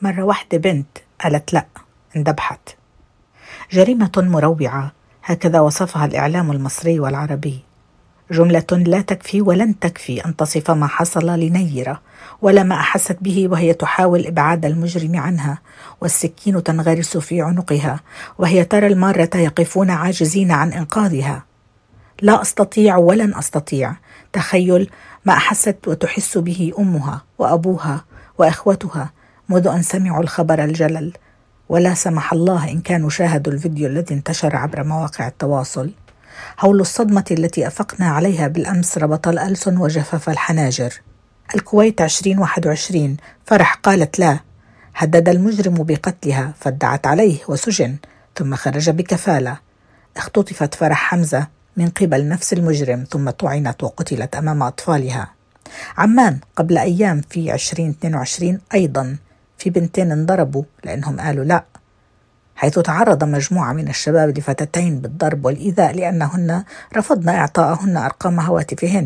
مرة واحدة بنت قالت لأ، اندبحت. جريمة مروعة، هكذا وصفها الإعلام المصري والعربي. جملة لا تكفي ولن تكفي أن تصف ما حصل لنيرة، ولا ما أحست به وهي تحاول إبعاد المجرم عنها، والسكين تنغرس في عنقها، وهي ترى المارة يقفون عاجزين عن إنقاذها. لا أستطيع ولن أستطيع تخيل ما أحست وتحس به أمها وأبوها وإخوتها منذ أن سمعوا الخبر الجلل، ولا سمح الله إن كانوا شاهدوا الفيديو الذي انتشر عبر مواقع التواصل. هول الصدمة التي أفقنا عليها بالأمس ربط الألسن وجفف الحناجر. الكويت 2021، فرح قالت لا، هدد المجرم بقتلها فادعت عليه وسجن، ثم خرج بكفالة. اختطفت فرح حمزة من قبل نفس المجرم ثم طعنت وقتلت أمام أطفالها. عمان قبل أيام في 2022 أيضا في بنتين انضربوا لأنهم قالوا لا، حيث تعرض مجموعة من الشباب لفتاتين بالضرب والإيذاء لأنهن رفضن إعطاءهن أرقام هواتفهن.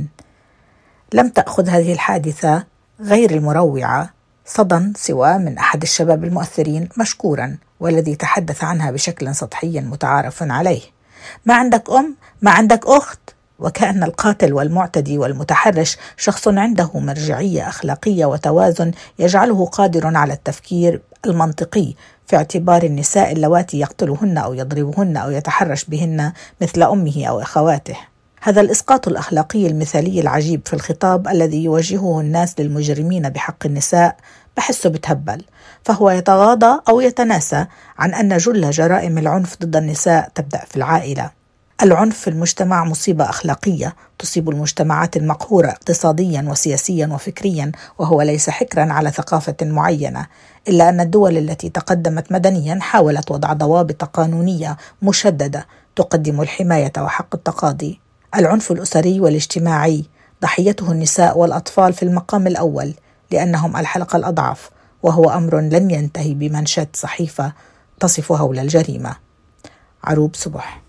لم تأخذ هذه الحادثة غير المروعة صدى سوى من أحد الشباب المؤثرين مشكورا، والذي تحدث عنها بشكل سطحي متعارف عليه: ما عندك أم؟ ما عندك أخت؟ وكأن القاتل والمعتدي والمتحرش شخص عنده مرجعية أخلاقية وتوازن يجعله قادر على التفكير المنطقي في اعتبار النساء اللواتي يقتلهن أو يضربهن أو يتحرش بهن مثل أمه أو أخواته. هذا الإسقاط الأخلاقي المثالي العجيب في الخطاب الذي يوجهه الناس للمجرمين بحق النساء بحسه بتهبل، فهو يتغاضى أو يتناسى عن أن جل جرائم العنف ضد النساء تبدأ في العائلة. العنف في المجتمع مصيبة أخلاقية تصيب المجتمعات المقهورة اقتصاديا وسياسيا وفكريا، وهو ليس حكرا على ثقافة معينة، إلا أن الدول التي تقدمت مدنيا حاولت وضع ضوابط قانونية مشددة تقدم الحماية وحق التقاضي. العنف الأسري والاجتماعي ضحيته النساء والأطفال في المقام الأول، لأنهم الحلقة الأضعف، وهو أمر لن ينتهي بمنشط صحيفة تصف هول الجريمة. عروب صبح.